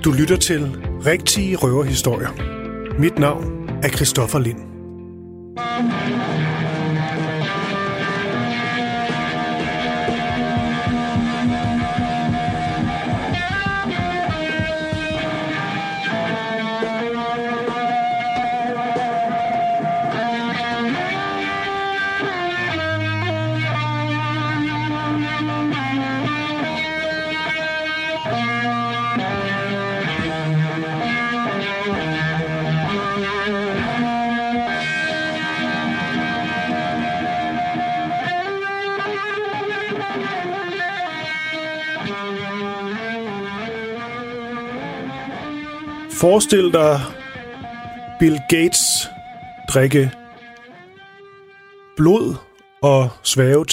Du lytter til Rigtige Røverhistorier. Mit navn er Christoffer Lind. Forestil dig Bill Gates drikke blod og svæve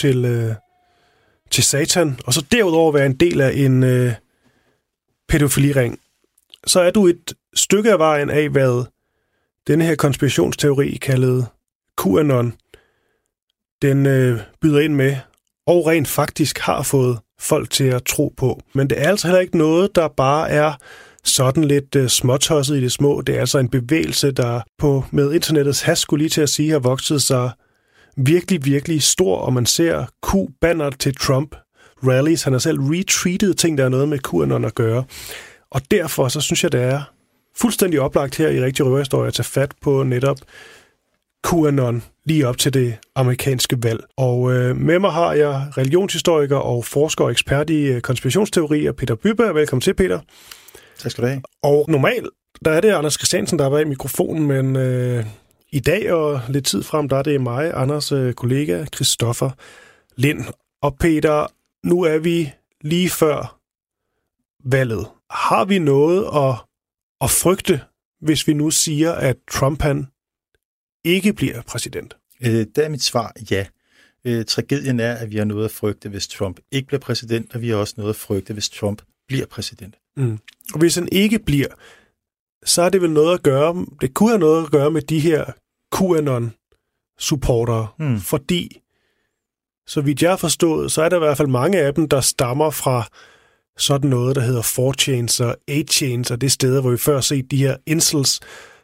til Satan, og så derudover være en del af en pædofiliring. Så er du et stykke af vejen af, hvad denne her konspirationsteori kaldet QAnon, den byder ind med, og rent faktisk har fået folk til at tro på. Men det er altså heller ikke noget, der bare er sådan lidt småtosset i det små. Det er altså en bevægelse, der med internettets hast, skulle lige til at sige, har vokset sig virkelig, virkelig stor, og man ser Q-banner til Trump rallies. Han har selv retweetet ting, der er noget med QAnon at gøre. Og derfor så synes jeg, det er fuldstændig oplagt her i Rigtig Røverhistorie at tage fat på netop QAnon lige op til det amerikanske valg. Og med mig har jeg religionshistoriker og forsker og ekspert i konspirationsteorier, Peter Byberg. Velkommen til, Peter. Tak skal du have. Og normalt, der er det Anders Christiansen, der har været i mikrofonen, men i dag og lidt tid frem, der er det mig, Anders kollega, Christoffer Lind. Og Peter, nu er vi lige før valget. Har vi noget at frygte, hvis vi nu siger, at Trump han ikke bliver præsident? Der er mit svar ja. Tragedien er, at vi har noget at frygte, hvis Trump ikke bliver præsident, og vi har også noget at frygte, hvis Trump bliver præsident. Og hvis han ikke bliver, så er det vel noget at gøre, det kunne have noget at gøre med de her QAnon-supportere, fordi, så vidt jeg har forstået, så er der i hvert fald mange af dem, der stammer fra sådan noget, der hedder 4chains og 8chains, og det steder, hvor vi før set de her incels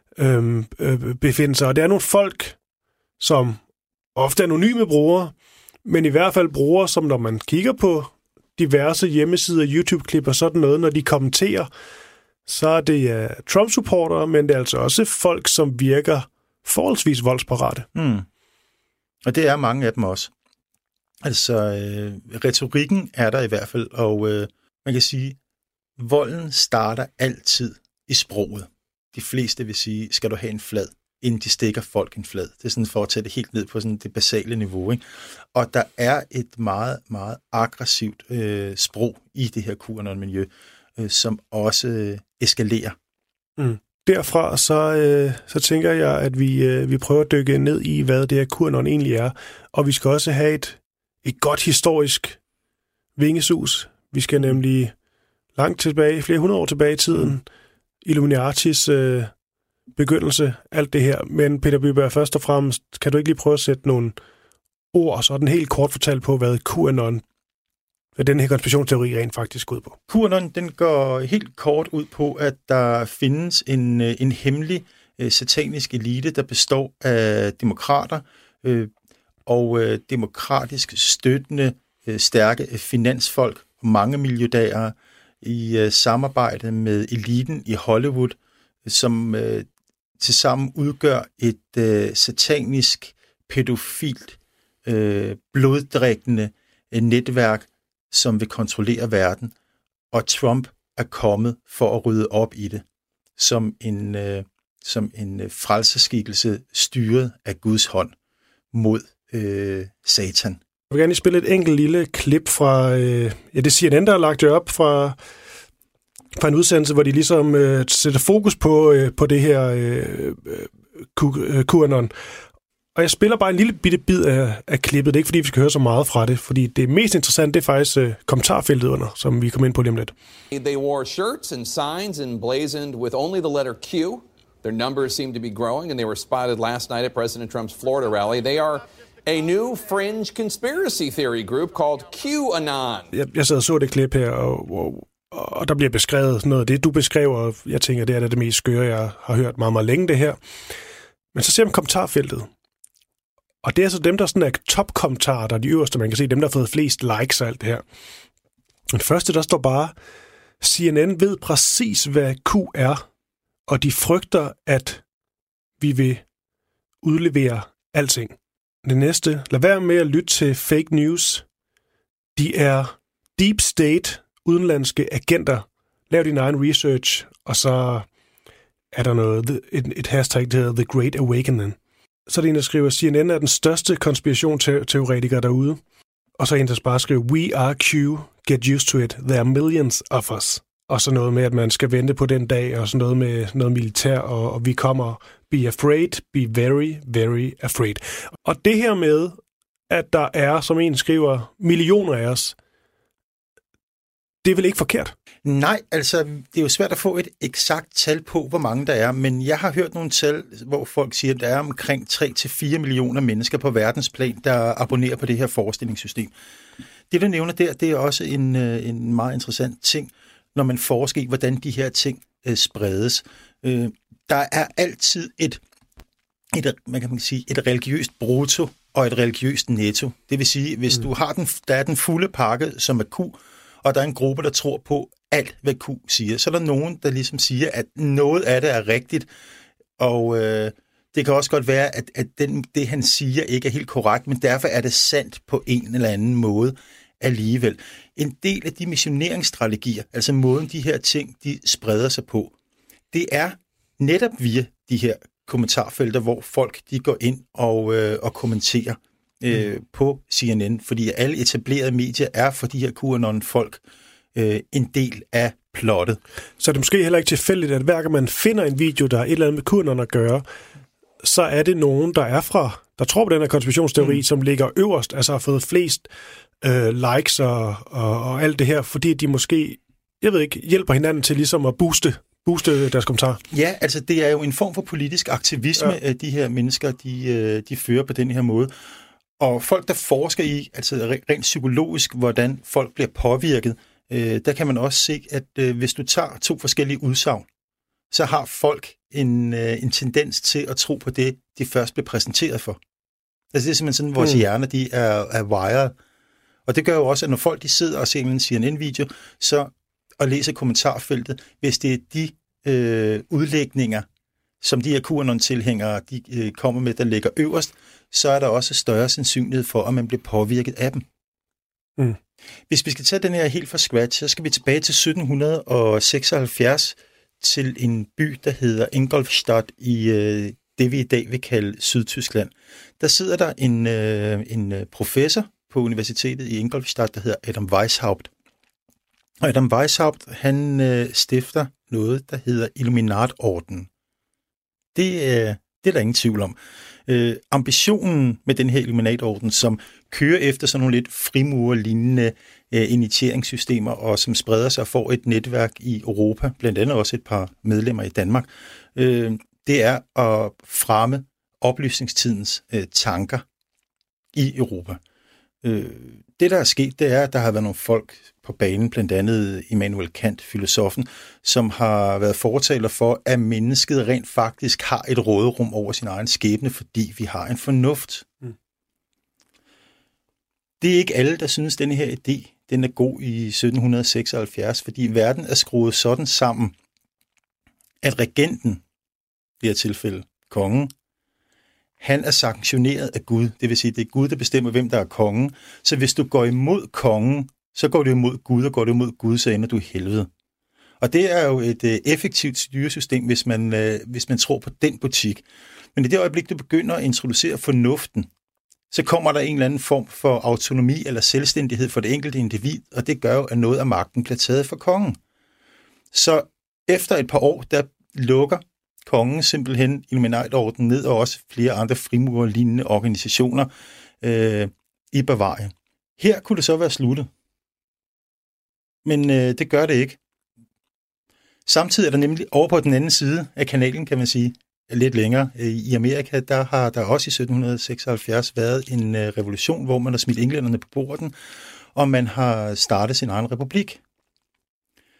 befinde sig. Og det er nogle folk, som ofte er anonyme brugere, men i hvert fald brugere, som når man kigger på diverse hjemmesider, YouTube-klip og sådan noget, når de kommenterer, så er det Trump-supportere, men det er altså også folk, som virker forholdsvis voldsparate. Og det er mange af dem også. Altså, retorikken er der i hvert fald, og man kan sige, volden starter altid i sproget. De fleste vil sige, skal du have en flad, inden de stikker folk en flad. Det er sådan for at tage det helt ned på sådan det basale niveau, ikke? Og der er et meget, meget aggressivt sprog i det her QAnon-miljø, som også eskalerer. Derfra så tænker jeg, at vi prøver at dykke ned i, hvad det her QAnon egentlig er. Og vi skal også have et godt historisk vingesus. Vi skal nemlig langt tilbage, flere hundrede år tilbage i tiden, Illuminatis begyndelse, alt det her. Men Peter Byberg, først og fremmest, kan du ikke lige prøve at sætte nogle ord, sådan helt kort fortalt på, hvad QAnon, hvad den her konspirationsteori rent faktisk går ud på? QAnon, den går helt kort ud på, at der findes en hemmelig satanisk elite, der består af demokrater og demokratisk støttende stærke finansfolk, mange milliardærer i samarbejde med eliten i Hollywood, som tilsammen udgør et satanisk, pædofilt, bloddrikkende netværk, som vil kontrollere verden. Og Trump er kommet for at rydde op i det, som en frelserskikkelse styret af Guds hånd mod Satan. Jeg vil gerne lige spille et enkelt lille klip fra, det CNN, der har lagt det op fra en udsendelse, hvor de ligesom sætter fokus på det her QAnon. Og jeg spiller bare en lille bitte bid af klippet. Det er ikke, fordi vi skal høre så meget fra det, fordi det mest interessante, det er faktisk kommentarfeltet under, som vi kommer ind på lige om lidt. They wore shirts and signs emblazoned with only the letter Q. Their numbers seem to be growing, and they were spotted last night at President Trump's Florida rally. They are a new fringe conspiracy theory group called QAnon. Jeg sad og så det klip her, og Og der bliver beskrevet noget af det, du beskriver, og jeg tænker, det er det mest skøre, jeg har hørt meget, meget længe det her. Men så ser man kommentarfeltet. Og det er så dem, der sådan er topkommentarer, der er de øverste, man kan se, dem, der har fået flest likes og alt det her. Den første, der står bare, CNN ved præcis, hvad Q er, og de frygter, at vi vil udlevere alting. Det næste, lad være med at lytte til fake news. De er deep state, udenlandske agenter. Lav din egen research, og så er der noget, et hashtag, der hedder The Great Awakening. Så er det en, der skriver, CNN er den største konspirationsteoretiker derude. Og så er en, der bare skriver, We are Q, get used to it, there are millions of us. Og så noget med, at man skal vente på den dag, og så noget med noget militær, og vi kommer, be afraid, be very, very afraid. Og det her med, at der er, som en skriver, millioner af os, det er vel ikke forkert? Nej, altså det er jo svært at få et eksakt tal på, hvor mange der er, men jeg har hørt nogle tal, hvor folk siger, at der er omkring 3-4 millioner mennesker på verdensplan, der abonnerer på det her forestillingssystem. Det, du nævner der, det er også en meget interessant ting, når man forsker i, hvordan de her ting spredes. Der er altid et religiøst brutto og et religiøst netto. Det vil sige, hvis du har der er den fulde pakke, som er Q, og der er en gruppe, der tror på alt, hvad Q siger, så er der nogen, der ligesom siger, at noget af det er rigtigt, og det kan også godt være, at det, han siger, ikke er helt korrekt, men derfor er det sandt på en eller anden måde alligevel. En del af de missioneringsstrategier, altså måden de her ting, de spreder sig på, det er netop via de her kommentarfelter, hvor folk de går ind og kommenterer på CNN, fordi alle etablerede medier er for de her QAnon-folk en del af plottet. Så er det måske heller ikke tilfældigt, at hver gang man finder en video, der er et eller andet med QAnon at gøre, så er det nogen, der tror på den her konspirationsteori, som ligger øverst, altså har fået flest likes og alt det her, fordi de måske, jeg ved ikke, hjælper hinanden til ligesom at booste deres kommentarer. Ja, altså det er jo en form for politisk aktivisme, at de her mennesker, de fører på den her måde. Og folk, der forsker i, altså rent psykologisk, hvordan folk bliver påvirket, der kan man også se, at hvis du tager 2 forskellige udsagn, så har folk en tendens til at tro på det, de først bliver præsenteret for. Altså det er simpelthen sådan, vores hjerner, de er wired. Og det gør jo også, at når folk de sidder og ser en CNN-video, og læser kommentarfeltet, hvis det er de udlægninger, som de her QAnon-tilhængere de kommer med, der ligger øverst, så er der også større sandsynlighed for, at man bliver påvirket af dem. Hvis vi skal tage den her helt fra scratch, så skal vi tilbage til 1776 til en by, der hedder Ingolstadt i det, vi i dag vil kalde Sydtyskland. Der sidder der en professor på universitetet i Ingolstadt, der hedder Adam Weishaupt. Og Adam Weishaupt, han stifter noget, der hedder Illuminat-ordenen. Det er der ingen tvivl om. Ambitionen med den her Illuminat-orden, som kører efter sådan nogle lidt frimurerlignende initieringssystemer, og som spreder sig og får et netværk i Europa, blandt andet også et par medlemmer i Danmark, det er at fremme oplysningstidens tanker i Europa. Det, der er sket, det er, at der har været nogle folk på banen, blandt andet Immanuel Kant, filosofen, som har været fortaler for, at mennesket rent faktisk har et råderum over sin egen skæbne, fordi vi har en fornuft. Det er ikke alle, der synes, at denne her idé, den er god i 1776, fordi verden er skruet sådan sammen, at regenten, i det her tilfælde kongen, han er sanktioneret af Gud. Det vil sige, det er Gud, der bestemmer, hvem der er kongen. Så hvis du går imod kongen, så går du imod Gud, og går du imod Gud, så ender du i helvede. Og det er jo et effektivt styresystem, hvis man tror på den butik. Men i det øjeblik, du begynder at introducere fornuften, så kommer der en eller anden form for autonomi eller selvstændighed for det enkelte individ, og det gør jo, at noget af magten bliver taget fra kongen. Så efter et par år, der lukker kongen simpelthen Illuminat-ordenen ned, og også flere andre frimurerlignende organisationer i Bavaria. Her kunne det så være sluttet. Men det gør det ikke. Samtidig er der nemlig over på den anden side af kanalen, kan man sige, lidt længere. I Amerika, der har der også i 1776 været en revolution, hvor man har smidt englænderne på borden, og man har startet sin egen republik.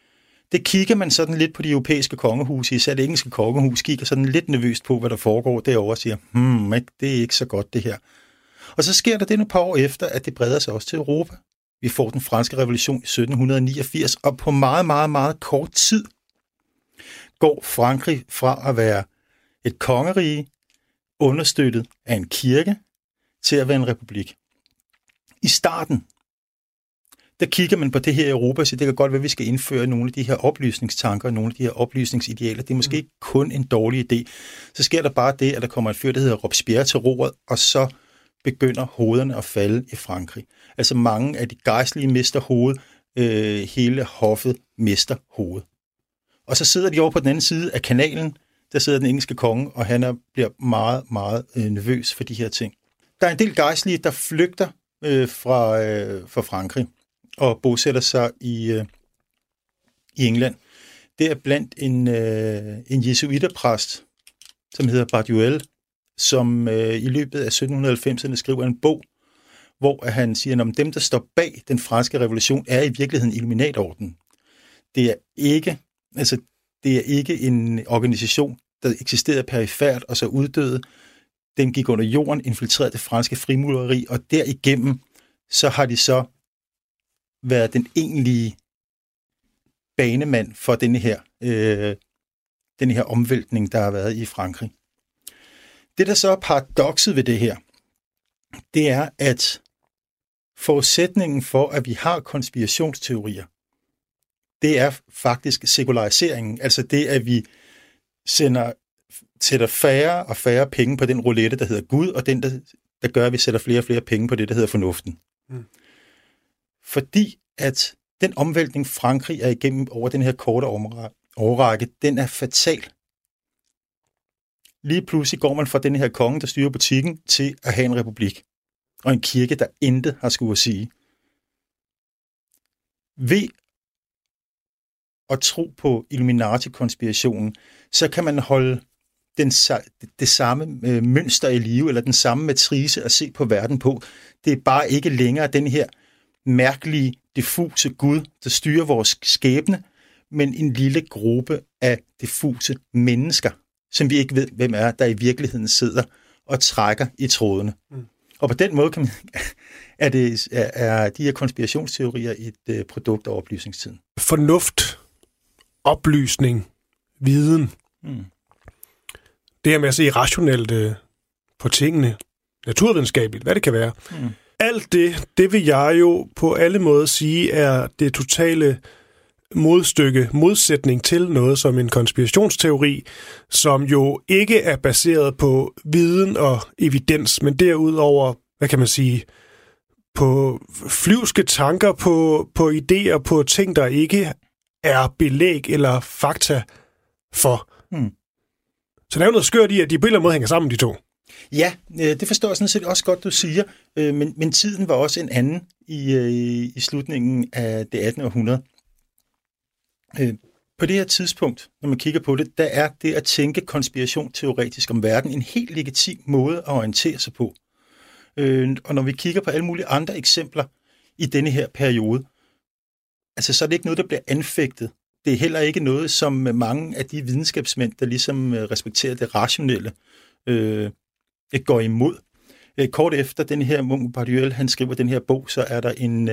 Det kigger man sådan lidt på de europæiske kongehuse, især det engelske kongehus, kigger sådan lidt nervøst på, hvad der foregår derovre og siger, det er ikke så godt det her. Og så sker der det et par år efter, at det breder sig også til Europa. Vi får den franske revolution i 1789, og på meget, meget, meget kort tid går Frankrig fra at være et kongerige, understøttet af en kirke, til at være en republik. I starten, der kigger man på det her i Europa og siger, det kan godt være, at vi skal indføre nogle af de her oplysningstanker, nogle af de her oplysningsidealer. Det er måske ikke kun en dårlig idé. Så sker der bare det, at der kommer en fyr, der hedder Robespierre til roret, og så begynder hovederne at falde i Frankrig. Altså mange af de gejstlige mister hoved, hele hoffet mister hoved. Og så sidder de over på den anden side af kanalen, der sidder den engelske konge, og han bliver meget, meget nervøs for de her ting. Der er en del gejstlige, der flygter fra Frankrig og bosætter sig i England. Det er blandt en jesuiterpræst, som hedder Barduel, som i løbet af 1790'erne skriver en bog, hvor han siger, at dem, der står bag den franske revolution, er i virkeligheden Illuminatordenen. Det er ikke en organisation, der eksisterede perifært og så uddøde. Den gik under jorden, infiltrerede det franske frimureri, og derigennem så har de så været den egentlige banemand for den her omvæltning, der har været i Frankrig. Det, der så er paradokset ved det her, det er, at forudsætningen for, at vi har konspirationsteorier, det er faktisk sekulariseringen. Altså det, at vi sætter færre og færre penge på den roulette, der hedder Gud, og den, der gør, at vi sætter flere og flere penge på det, der hedder fornuften. Fordi at den omvæltning, Frankrig er igennem over den her korte årrække, den er fatal. Lige pludselig går man fra den her konge, der styrer butikken, til at have en republik. Og en kirke, der intet har skulle at sige. Ved at tro på Illuminati-konspirationen, så kan man holde det samme mønster i live, eller den samme matrice at se på verden på. Det er bare ikke længere den her mærkelige, diffuse Gud, der styrer vores skæbne, men en lille gruppe af diffuse mennesker, som vi ikke ved, hvem er, der i virkeligheden sidder og trækker i trådene. Og på den måde er de her konspirationsteorier et produkt af oplysningstiden. Fornuft, oplysning, viden. Det her med at se rationelt på tingene, naturvidenskabeligt, hvad det kan være. Alt det vil jeg jo på alle måder sige er det totale modsætning til noget som en konspirationsteori, som jo ikke er baseret på viden og evidens, men derudover, hvad kan man sige, på flyvske tanker, på idéer, på ting, der ikke er belæg eller fakta for. Så der er jo noget skørt i, at de på en eller anden måde hænger sammen, de to. Ja, det forstår jeg sådan set også godt, du siger, men tiden var også en anden i slutningen af det 18. århundrede. På det her tidspunkt, når man kigger på det, der er det at tænke konspiration teoretisk om verden en helt legitim måde at orientere sig på. Og når vi kigger på alle mulige andre eksempler i denne her periode, altså så er det ikke noget, der bliver anfægtet. Det er heller ikke noget, som mange af de videnskabsmænd, der ligesom respekterer det rationelle, går imod. Kort efter den her Munk Barduel, han skriver den her bog, så er der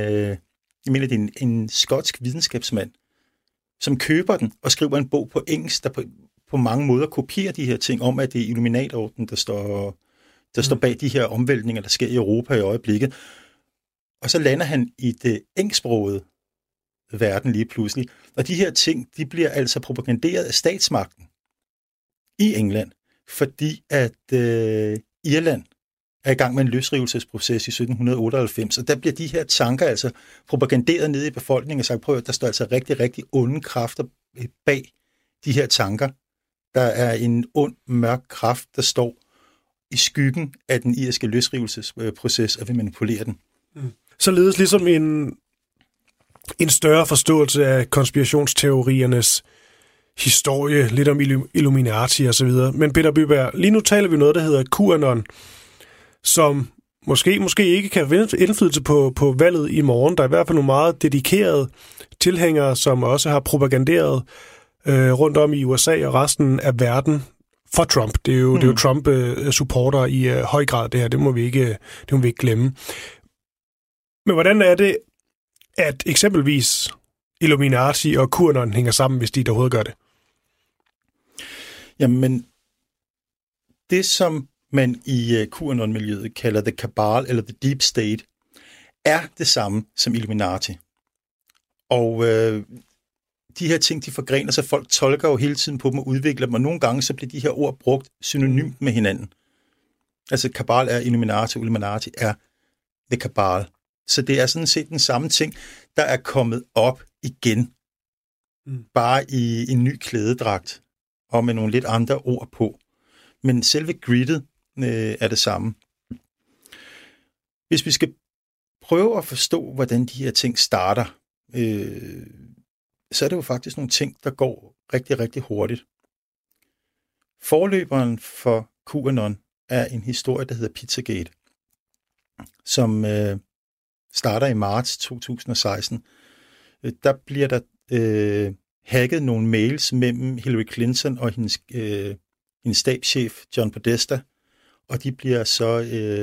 en skotsk videnskabsmand, som køber den og skriver en bog på engelsk, der på mange måder kopierer de her ting om, at det er Illuminatordenen, der står bag de her omvæltninger, der sker i Europa i øjeblikket. Og så lander han i det engelsksprogede verden lige pludselig. Og de her ting, de bliver altså propaganderet af statsmagten i England, fordi at Irland er i gang med en løsrivelsesproces i 1798, og der bliver de her tanker altså propaganderet nede i befolkningen og sagt, prøv at der står altså rigtig, rigtig onde kræfter bag de her tanker. Der er en ond, mørk kraft, der står i skyggen af den irske løsrivelsesproces, og vil manipulere den. Således ligesom en større forståelse af konspirationsteoriernes historie, lidt om Illuminati og så videre. Men Peter Byberg, lige nu taler vi noget, der hedder QAnon, som måske ikke kan vinde indflydelse på valget i morgen. Der er i hvert fald nogle meget dedikerede tilhængere, som også har propaganderet rundt om i USA og resten af verden for Trump. Det er jo Trump-supporter i høj grad, det her. Det må vi ikke glemme. Men hvordan er det, at eksempelvis Illuminati og QAnon hænger sammen, hvis de overhovedet gør det? Jamen, det som man i QAnon-miljøet kalder the cabal eller the deep state, er det samme som Illuminati. Og de her ting, de forgrener sig. Folk tolker jo hele tiden på dem og udvikler dem, og nogle gange så bliver de her ord brugt synonymt med hinanden. Altså, cabal er Illuminati, Illuminati er the cabal. Så det er sådan set den samme ting, der er kommet op igen. Bare i en ny klædedragt, og med nogle lidt andre ord på. Men selve gridet er det samme. Hvis vi skal prøve at forstå, hvordan de her ting starter, så er det jo faktisk nogle ting, der går rigtig, rigtig hurtigt. Forløberen for QAnon er en historie, der hedder Pizzagate, som starter i marts 2016. Der bliver der hacket nogle mails mellem Hillary Clinton og hendes stabschef John Podesta, og de bliver så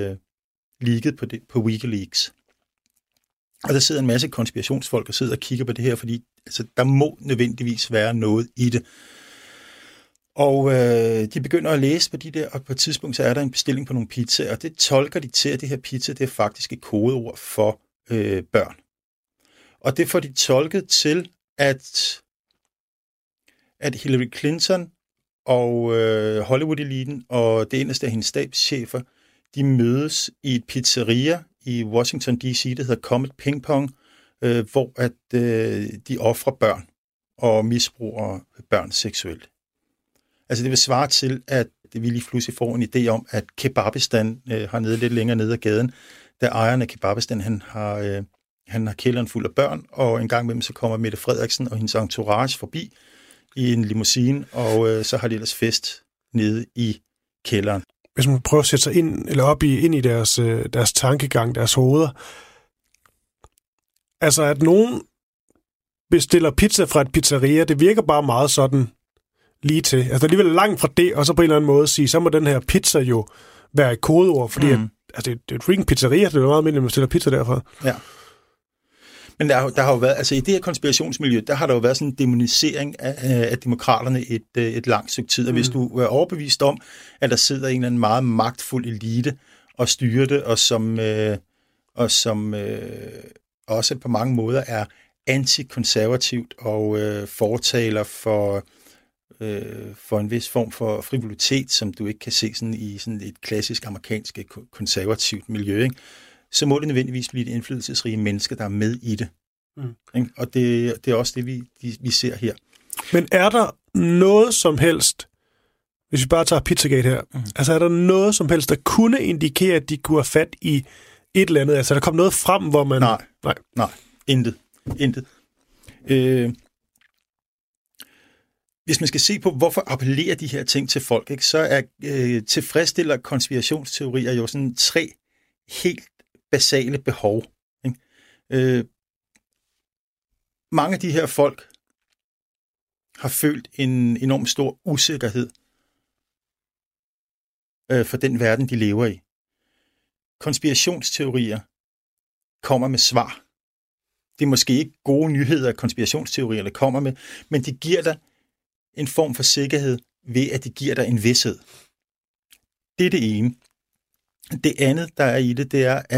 leaget på WikiLeaks. Og der sidder en masse konspirationsfolk og sidder og kigger på det her, fordi altså, der må nødvendigvis være noget i det. Og de begynder at læse på de der, og på et tidspunkt så er der en bestilling på nogle pizzaer, og det tolker de til, at det her pizza, det er faktisk et kodeord for børn. Og det får de tolket til, at Hillary Clinton og Hollywood-eliten og det eneste af hendes stabschefer, de mødes i et pizzeria i Washington D.C., der hedder Comet Ping Pong, hvor at de offrer børn og misbruger børn seksuelt. Altså det vil svare til, at vi lige pludselig får en idé om, at Kebabistan hernede lidt længere nede ad gaden, der ejeren af Kebabistan, han har kælderen fuld af børn, og en gang imellem så kommer Mette Frederiksen og hendes entourage forbi i en limousine, og så har de ellers fest nede i kælderen. Hvis man prøver at sætte sig ind i deres tankegang, deres hoveder. Altså, at nogen bestiller pizza fra et pizzeria, det virker bare meget sådan lige til. Altså, alligevel langt fra det, og så på en eller anden måde sige, så må den her pizza jo være et kodeord, fordi det er et freaking pizzeria, det er jo meget almindeligt, at man bestiller pizza derfra. Ja. Men der har jo været, altså i det her konspirationsmiljø, der har der jo været sådan en demonisering af demokraterne et langt stykke tid. Og hvis du er overbevist om, at der sidder en eller anden meget magtfuld elite og styrer det, og som også på mange måder er antikonservativt og fortaler for en vis form for frivolitet, som du ikke kan se sådan i sådan et klassisk amerikansk konservativt miljø, ikke? Så må det nødvendigvis blive de indflydelsesrige mennesker, der er med i det. Og det er også det, vi ser her. Men er der noget som helst, hvis vi bare tager Pizzagate her, altså er der noget som helst, der kunne indikere, at de kunne have fat i et eller andet? Altså der kom noget frem, hvor man... Nej. Intet. Hvis man skal se på, hvorfor appellerer de her ting til folk, ikke, så er tilfredsstiller konspirationsteorier jo sådan 3 helt basale behov. Ikke? Mange af de her folk har følt en enorm stor usikkerhed for den verden, de lever i. Konspirationsteorier kommer med svar. Det er måske ikke gode nyheder, konspirationsteorier, der kommer med, men de giver dig en form for sikkerhed ved, at de giver dig en vished. Det er det ene. Det andet, der er i det, det er,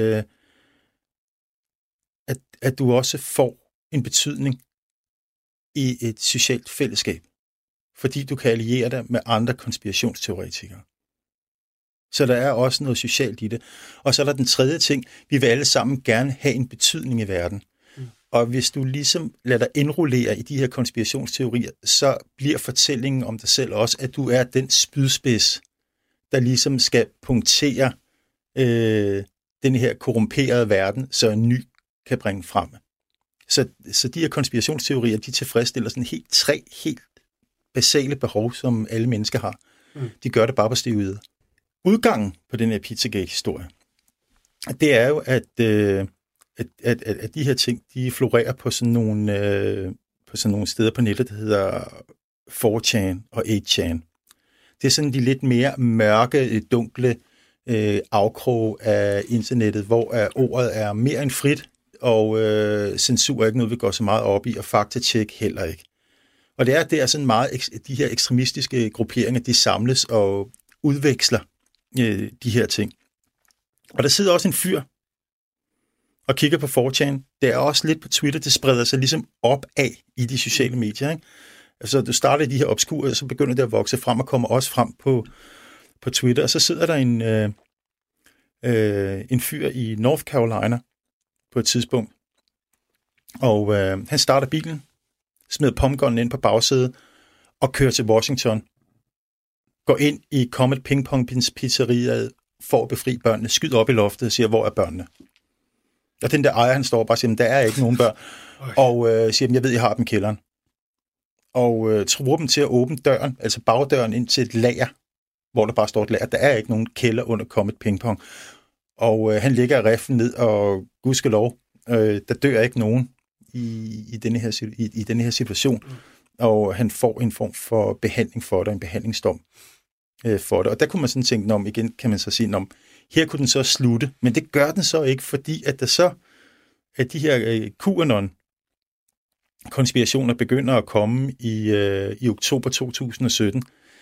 at du også får en betydning i et socialt fællesskab, fordi du kan alliere dig med andre konspirationsteoretikere. Så der er også noget socialt i det. Og så er der den tredje ting, vi vil alle sammen gerne have en betydning i verden. Og hvis du ligesom lader dig indrullere i de her konspirationsteorier, så bliver fortællingen om dig selv også, at du er den spydspids, der ligesom skal punktere den her korrumperede verden, så en ny kan bringe frem. Så de her konspirationsteorier, de tilfredsstiller sådan 3 helt basale behov, som alle mennesker har. De gør det bare på steroider. Udgangen på den her Pizzagate-historie, det er jo, at de her ting, de florerer på sådan nogle steder på nettet, der hedder 4chan og 8chan. Det er sådan de lidt mere mørke, dunkle afkrog af internettet, hvor ordet er mere end frit, og censur er ikke noget, vi går så meget op i, og faktatjek heller ikke. Og det er sådan meget, de her ekstremistiske grupperinger, de samles og udveksler de her ting. Og der sidder også en fyr og kigger på 4chan. Det er også lidt på Twitter, det spreder sig ligesom op af i de sociale medier, ikke? Altså, du starter de her obskure, og så begynder det at vokse frem og kommer også frem på Twitter. Og så sidder der en fyr i North Carolina på et tidspunkt. Og han starter bilen, smider pumpgunnen ind på bagsædet og kører til Washington. Går ind i Comet Ping Pong pizzeriet for at befri børnene, skyder op i loftet og siger, hvor er børnene? Og den der ejer, han står bare og siger, der er ikke nogen børn. Og siger, jeg ved, jeg har dem i kælderen. Og truer dem til at åbne døren, altså bagdøren ind til et lager, hvor der bare står et lager. Der er ikke nogen kælder under Comet Ping Pong. Og han ligger riflen ned, og gudskelov, der dør ikke nogen i denne her situation. Og han får en form for behandling for det, en behandlingsdom for det. Og der kunne man sådan tænke, igen kan man så sige, her kunne den så slutte. Men det gør den så ikke, fordi at der så at de her QAnon-konspirationer begynder at komme i oktober 2017.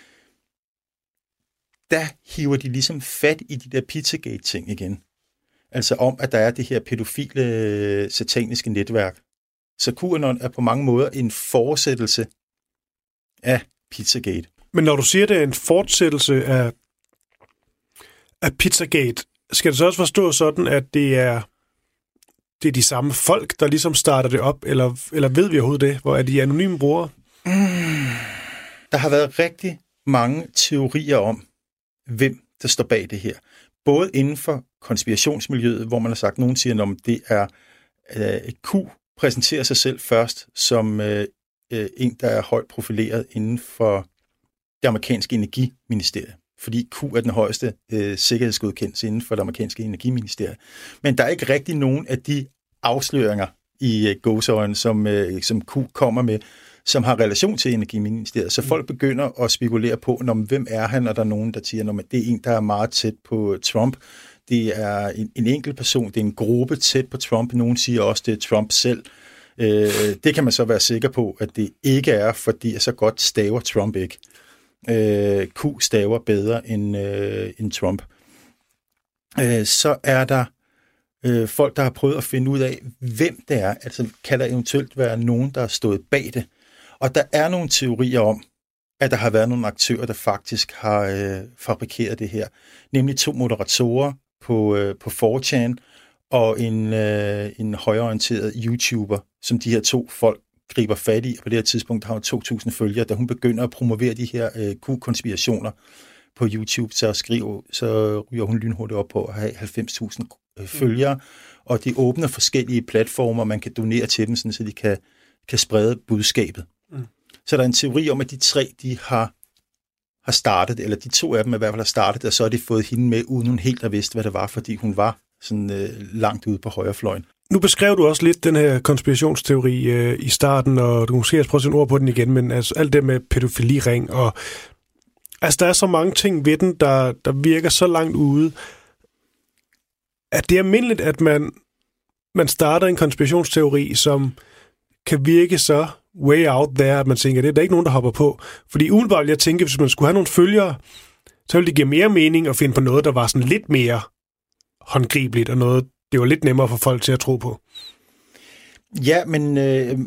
Der hiver de ligesom fat i de der Pizzagate-ting igen. Altså om, at der er det her pædofile sataniske netværk. Så QAnon er på mange måder en fortsættelse af Pizzagate. Men når du siger, det er en fortsættelse af Pizzagate, skal det så også forstå sådan, at det er de samme folk, der ligesom starter det op, eller ved vi overhovedet det? Hvor er de anonyme brugere? Der har været rigtig mange teorier om, hvem der står bag det her. Både inden for konspirationsmiljøet, hvor man har sagt, at nogen siger, at det er Q præsenterer sig selv først som en, der er højt profileret inden for det amerikanske energiministerie. Fordi Q er den højeste sikkerhedsgodkendelse inden for det amerikanske energiministerie. Men der er ikke rigtig nogen af de afsløringer i gåseøjne, som Q kommer med, som har relation til energiministeriet. Så folk begynder at spekulere på, hvem er han, og der er nogen, der siger, at det er en, der er meget tæt på Trump. Det er en enkelt person, det er en gruppe tæt på Trump. Nogen siger også, det er Trump selv. Det kan man så være sikker på, at det ikke er, fordi så godt staver Trump ikke. Q staver bedre end Trump. Så er der folk, der har prøvet at finde ud af, hvem det er. Altså, kan der eventuelt være nogen, der har stået bag det? Og der er nogle teorier om, at der har været nogle aktører, der faktisk har fabrikeret det her. Nemlig 2 moderatorer på 4chan og en højreorienteret YouTuber, som de her 2 folk griber fat i. På det her tidspunkt har hun 2.000 følgere. Da hun begynder at promovere de her Q-konspirationer på YouTube, så ryger hun lynhurtigt op på at have 90.000 følgere, og de åbner forskellige platformer, man kan donere til dem, sådan, så de kan sprede budskabet. Så der er en teori om, at de 3, de har startet, eller de 2 af dem i hvert fald har startet, og så har de fået hende med, uden hun helt har vidst, hvad det var, fordi hun var sådan langt ude på højrefløjen. Nu beskrev du også lidt den her konspirationsteori i starten, og du kan måske prøve at sætte ord på den igen, men altså alt det med pædofiliring, og altså der er så mange ting ved den, der virker så langt ude, at det er almindeligt, at man starter en konspirationsteori, som kan virke så way out there, at man tænker, det er der ikke nogen, der hopper på. Fordi umiddelbart vil jeg tænke, hvis man skulle have nogle følgere, så ville det give mere mening at finde på noget, der var sådan lidt mere håndgribeligt, og noget, det var lidt nemmere for folk til at tro på. Ja, men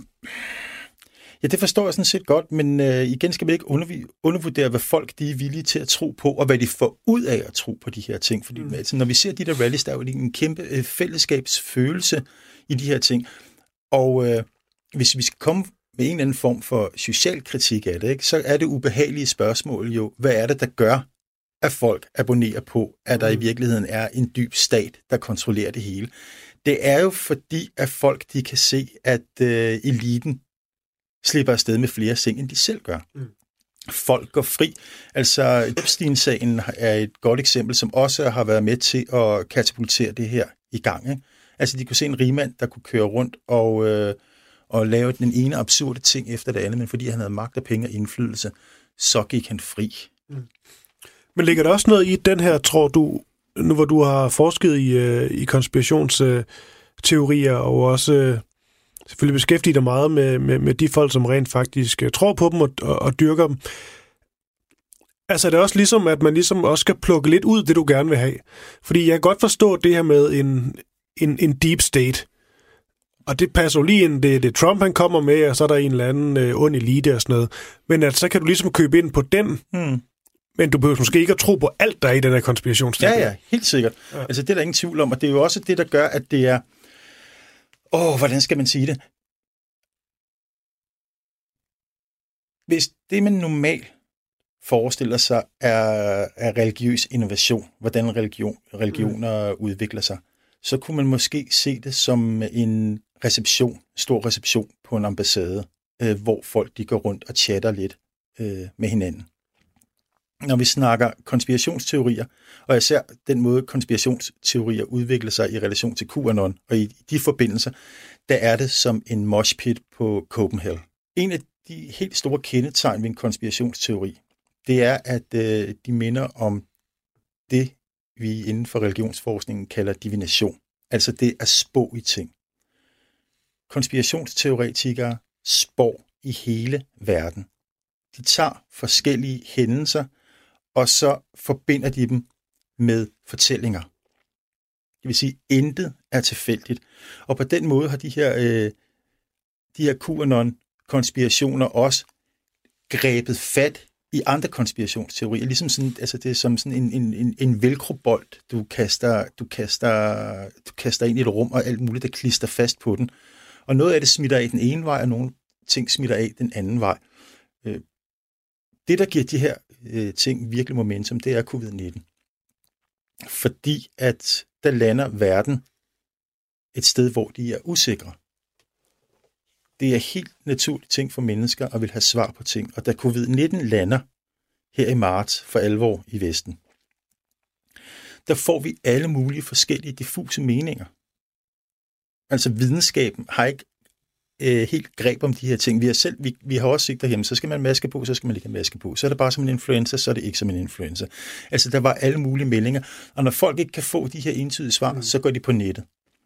det forstår jeg sådan set godt, men igen skal man ikke undervurdere, hvad folk de er villige til at tro på, og hvad de får ud af at tro på de her ting. Fordi altså, når vi ser de der rallies, der er jo en kæmpe fællesskabsfølelse i de her ting. Og hvis vi skal komme med en eller anden form for social kritik af det, ikke, så er det ubehagelige spørgsmål jo, hvad er det, der gør, at folk abonnerer på, at der i virkeligheden er en dyb stat, der kontrollerer det hele. Det er jo fordi, at folk de kan se, at eliten slipper afsted med flere ting, end de selv gør. folk går fri. Altså, Epstein-sagen er et godt eksempel, som også har været med til at katapultere det her i gang. Ikke? Altså, de kunne se en rigmand, der kunne køre rundt og lave den ene absurde ting efter det andet, men fordi han havde magt og penge og indflydelse, så gik han fri. Men ligger der også noget i den her, tror du, nu hvor du har forsket i konspirationsteorier, og også selvfølgelig beskæftiget dig meget med de folk, som rent faktisk tror på dem og dyrker dem. Altså er det også ligesom, at man ligesom også skal plukke lidt ud, det du gerne vil have. Fordi jeg kan godt forstå det her med en deep state. Og det passer jo lige ind, det Trump han kommer med, og så er der en eller anden ond elite og sådan noget. Men at så kan du ligesom købe ind på den, men du behøver måske ikke at tro på alt, der er i den her konspirationsteori. Ja, helt sikkert. Ja. Altså det er der ingen tvivl om, og det er jo også det, der gør, at det er... hvordan skal man sige det? Hvis det, man normalt forestiller sig, er religiøs innovation, hvordan religioner udvikler sig, så kunne man måske se det som en stor reception på en ambassade, hvor folk de går rundt og chatter lidt med hinanden. Når vi snakker konspirationsteorier, og især den måde konspirationsteorier udvikler sig i relation til QAnon, og i de forbindelser, der er det som en moshpit på Copenhagen. En af de helt store kendetegn ved en konspirationsteori, det er, at de minder om det, vi inden for religionsforskningen kalder divination. Altså det at spå i ting. Konspirationsteoretikere spår i hele verden. De tager forskellige hændelser, og så forbinder de dem med fortællinger. Det vil sige, intet er tilfældigt. Og på den måde har de her QAnon-konspirationer også grebet fat i andre konspirationsteorier. Ligesom sådan, altså det er som sådan en velcro-bold, du kaster ind i et rum, og alt muligt, der klister fast på den. Og noget af det smitter af den ene vej, og nogle ting smitter af den anden vej. Det, der giver de her ting virkelig momentum, det er covid-19. Fordi at der lander verden et sted, hvor de er usikre. Det er helt naturligt ting for mennesker at vil have svar på ting. Og da covid-19 lander her i marts for alvor i Vesten, der får vi alle mulige forskellige diffuse meninger. Altså videnskaben har ikke helt greb om de her ting. Vi har også set derhjemme, så skal man maske på, så skal man ikke have maske på. Så er det bare som en influenza, så er det ikke som en influenza. Altså der var alle mulige meldinger. Og når folk ikke kan få de her entydige svar, så går de på nettet.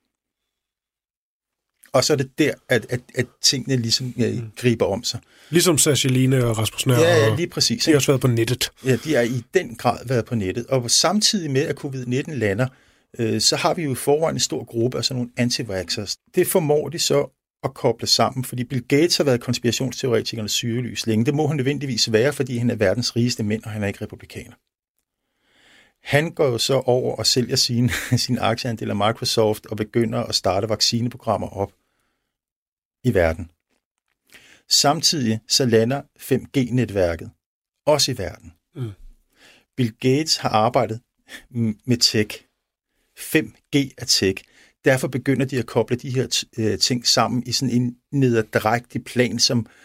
Og så er det der, at tingene ligesom griber om sig. Ligesom Sasjeline og Rasmus Nøhr. Ja, lige præcis. De har også været på nettet. Ja, de har i den grad været på nettet. Og samtidig med, at covid-19 lander, så har vi jo i forvejen en stor gruppe af sådan nogle anti-vaxxers. Det formår de så at koble sammen, fordi Bill Gates har været konspirationsteoretikernes sygelys længe. Det må han nødvendigvis være, fordi han er verdens rigeste mænd, og han er ikke republikaner. Han går jo så over og sælger sine aktieandel af Microsoft og begynder at starte vaccineprogrammer op i verden. Samtidig så lander 5G-netværket også i verden. Bill Gates har arbejdet med tech. 5G er tech. Derfor begynder de at koble de her ting sammen i sådan en nederdrægtig plan,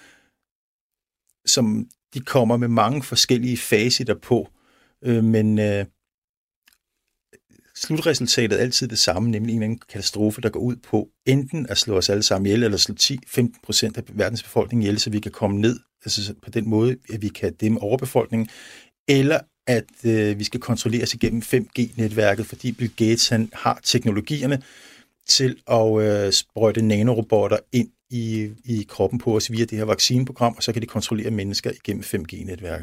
som de kommer med mange forskellige facetter på. Men slutresultatet er altid det samme, nemlig en eller anden katastrofe, der går ud på enten at slå os alle sammen ihjel, eller slå 10-15% af verdens befolkning ihjel, så vi kan komme ned, altså på den måde, at vi kan dæmme overbefolkningen, eller at vi skal kontrolleres igennem 5G-netværket, fordi Bill Gates han har teknologierne til at sprøjte nanorobotter ind i kroppen på os via det her vaccineprogram, og så kan de kontrollere mennesker igennem 5G-netværket.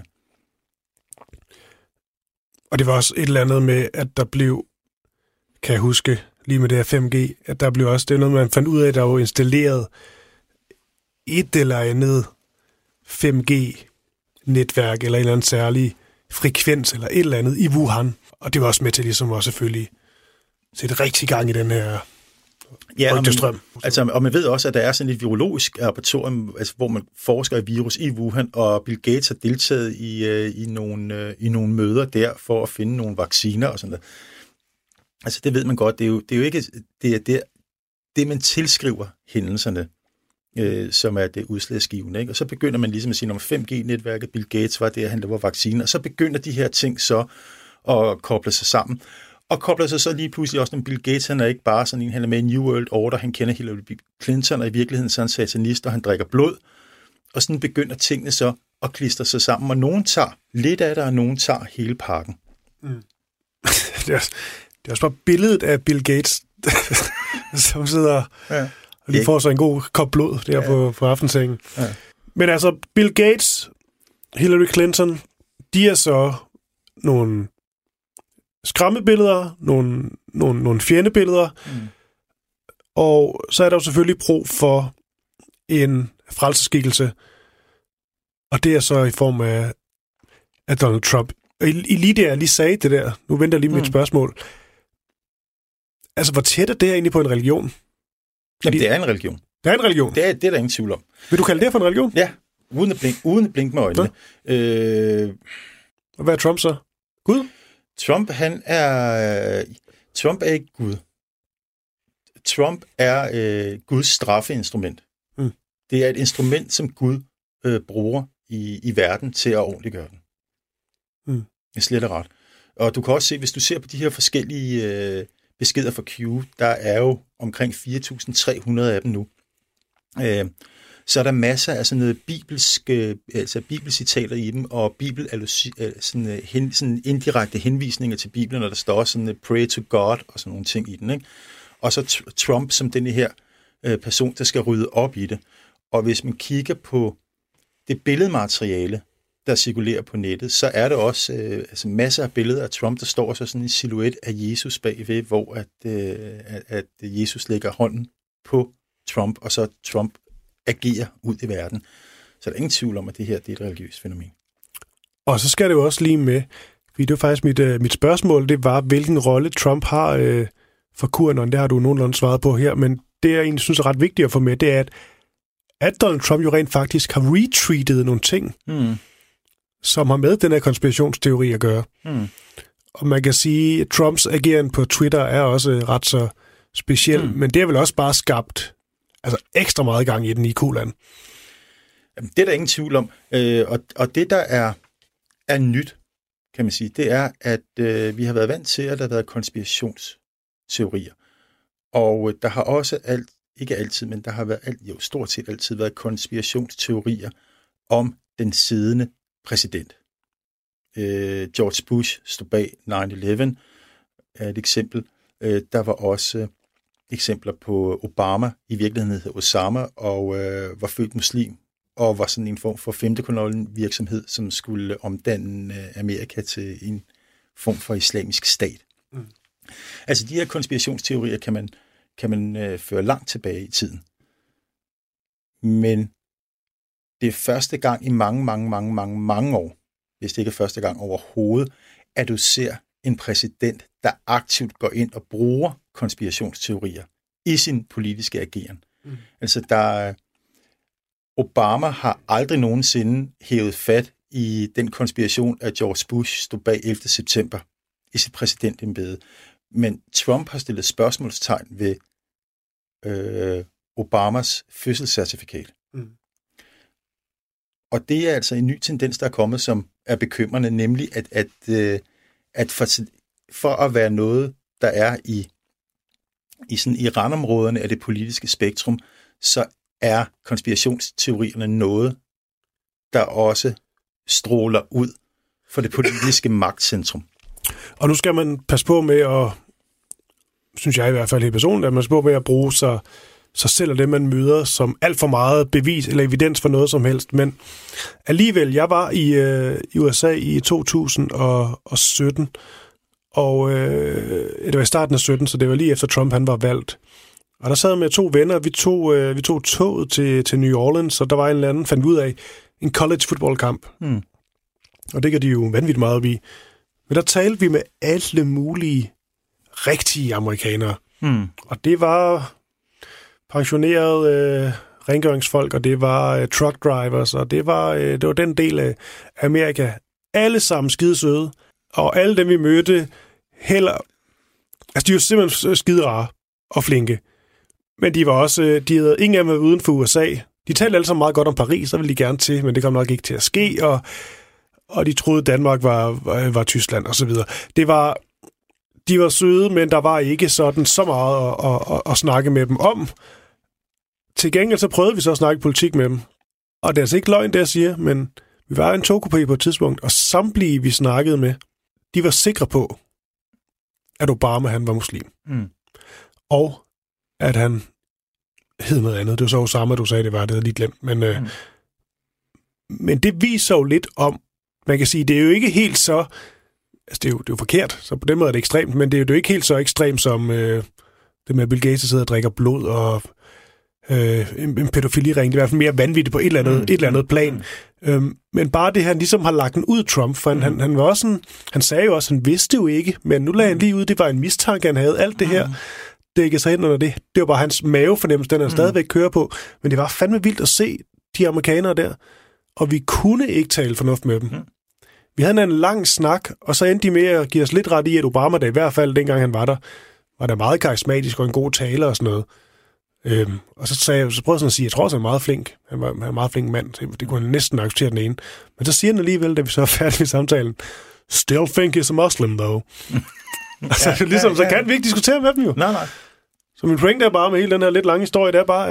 Og det var også et eller andet med, at der blev, kan jeg huske, lige med det her 5G, at der blev også, det er noget, man fandt ud af, at der var installeret et eller andet 5G-netværk, eller en eller anden særlig frekvens, eller et eller andet i Wuhan. Og det var også med til ligesom også selvfølgelig sætte rigtig gang i den her rygtestrøm. Og man ved også, at der er sådan et virologisk laboratorium, altså, hvor man forsker i virus i Wuhan, og Bill Gates har deltaget i nogle møder der for at finde nogle vacciner og sådan noget. Altså det ved man godt, det er jo ikke det man tilskriver hændelserne som er det udslagsgivende. Ikke? Og så begynder man ligesom at sige, om 5G-netværket, Bill Gates var det, han laver vacciner, og så begynder de her ting så at koble sig sammen. Og kobler sig så lige pludselig også, når Bill Gates, han er ikke bare sådan en, han er med i New World Order, han kender Hillary Clinton, og i virkeligheden så er han satanist, og han drikker blod. Og sådan begynder tingene så at klistre sig sammen, og nogen tager lidt af det, og nogen tager hele pakken. Mm. Det er også bare billedet af Bill Gates, som sidder og lige får så en god kop blod der på aftensengen. Ja. Men altså, Bill Gates, Hillary Clinton, de er så nogle skræmmebilleder, nogle fjendebilleder, og så er der jo selvfølgelig brug for en frelseskikkelse, og det er så i form af Donald Trump. Og lige der, jeg lige sagde det der, nu venter jeg lige mit spørgsmål. Altså, hvor tæt er det her egentlig på en religion? Jamen, det er en religion. Det er en religion? Det er der ingen tvivl om. Vil du kalde det for en religion? Ja, uden at blinke med øjnene. Og hvad er Trump så? Gud? Trump er ikke Gud. Trump er Guds straffeinstrument. Det er et instrument, som Gud bruger i verden til at ordentliggøre den. Det er slet og ret. Og du kan også se, hvis du ser på de her forskellige beskeder fra Q, der er jo omkring 4.300 af dem nu. Så er der masser af sådan noget bibelcitater i dem, og sådan indirekte henvisninger til Bibelen, og der står også sådan pray to God og sådan nogle ting i den. Ikke? Og så Trump som denne her person, der skal rydde op i det. Og hvis man kigger på det billedmateriale, der cirkulerer på nettet, så er der også masser af billeder af Trump, der står så sådan en silhuet af Jesus bagved, hvor at Jesus lægger hånden på Trump, og så Trump agerer ud i verden. Så der er ingen tvivl om, at det her det er et religiøst fænomen. Og så skal det jo også lige med, fordi det var faktisk mit spørgsmål, det var, hvilken rolle Trump har for QAnon. Det har du nogenlunde svaret på her, men det jeg egentlig synes er ret vigtigt at få med, det er, at Donald Trump jo rent faktisk har retweetet nogle ting, som har med den her konspirationsteori at gøre. Og man kan sige, at Trumps ageren på Twitter er også ret så speciel, men det er vel også bare skabt ekstra meget gang i den i Q-land. Det er der ingen tvivl om. Og det, der er nyt, kan man sige, det er, at vi har været vant til, at der har været konspirationsteorier. Og der har også ikke altid, men der har været stort set altid været konspirationsteorier om den siddende præsident. George Bush stod bag 9/11, er et eksempel. Der var også eksempler på Obama, i virkeligheden hed Osama, og var født muslim, og var sådan en form for femtekolonne-virksomhed, som skulle omdanne Amerika til en form for islamisk stat. Altså de her konspirationsteorier kan man føre langt tilbage i tiden. Men det er første gang i mange år, hvis det ikke er første gang overhovedet, at du ser en præsident, der aktivt går ind og bruger konspirationsteorier i sin politiske ageren. Altså Obama har aldrig nogensinde hævet fat i den konspiration, at George Bush stod bag 11. september i sit præsidentembede. Men Trump har stillet spørgsmålstegn ved Obamas fødselscertifikat. Og det er altså en ny tendens, der er kommet, som er bekymrende, nemlig at for at være noget, der er i randområderne af det politiske spektrum, så er konspirationsteorierne noget, der også stråler ud for det politiske magtcentrum. Og nu skal man passe på med at, synes jeg i hvert fald helt personligt, at man skal passe på med at bruge sig selv og det, man møder, som alt for meget bevis eller evidens for noget som helst. Men alligevel, jeg var i USA i 2017, og det var i starten af 17, så det var lige efter Trump han var valgt. Og der sad jeg med 2 venner, vi tog toget til New Orleans, og der var en eller anden, fandt ud af, en college footballkamp. Og det kan de jo vanvittigt meget op i. Men der talte vi med alle mulige rigtige amerikanere. Og det var pensionerede rengøringsfolk, og det var truck drivers, og det var den del af Amerika. Alle sammen skidesøde, og alle dem, vi mødte, de er jo simpelthen skide rare og flinke. Men de var også, de havde ingen af dem uden for USA. De talte alle sammen meget godt om Paris, så ville de gerne til, men det kom nok ikke til at ske, og de troede, Danmark var Tyskland og så videre. De var søde, men der var ikke sådan så meget at snakke med dem om. Til gengæld så prøvede vi så at snakke politik med dem. Og det er altså ikke løgn, det jeg siger, men vi var en togkupé på et tidspunkt, og samtlige vi snakkede med, de var sikre på, at Obama han var muslim. Mm. Og at han hed noget andet. Det var så Osama, du sagde, det var, det havde lige glemt. Men det viser jo lidt om, man kan sige, det er jo ikke helt så, altså det er jo forkert, så på den måde er det ekstremt, men det er jo ikke helt så ekstremt som det med, at Bill Gates sidder og drikker blod og en pædofiliring. Det er i hvert fald mere vanvittigt på et eller andet plan. Men bare det, han ligesom har lagt den ud, Trump, for han var også sådan, han sagde jo også, han vidste jo ikke, men nu lagde han lige ud, det var en mistanke, han havde alt det her. Dækket sig ind under det. Det var bare hans mavefornemmelse, den han stadigvæk kører på. Men det var fandme vildt at se de amerikanere der. Og vi kunne ikke tale fornuft med dem. Vi havde en lang snak, og så endte de med at give os lidt ret i, at Obama, der i hvert fald dengang han var der meget karismatisk og en god taler og sådan noget. Og så prøvede jeg sådan at sige, jeg tror også, han er meget flink. Han var en meget flink mand. Det kunne han næsten acceptere den ene. Men så siger han alligevel, da vi så er færdige i samtalen, still think he's a Muslim, though. Altså, ligesom, så kan vi ikke diskutere med dem jo. Nej. Så min pointe er bare med hele den her lidt lange historie, det er bare,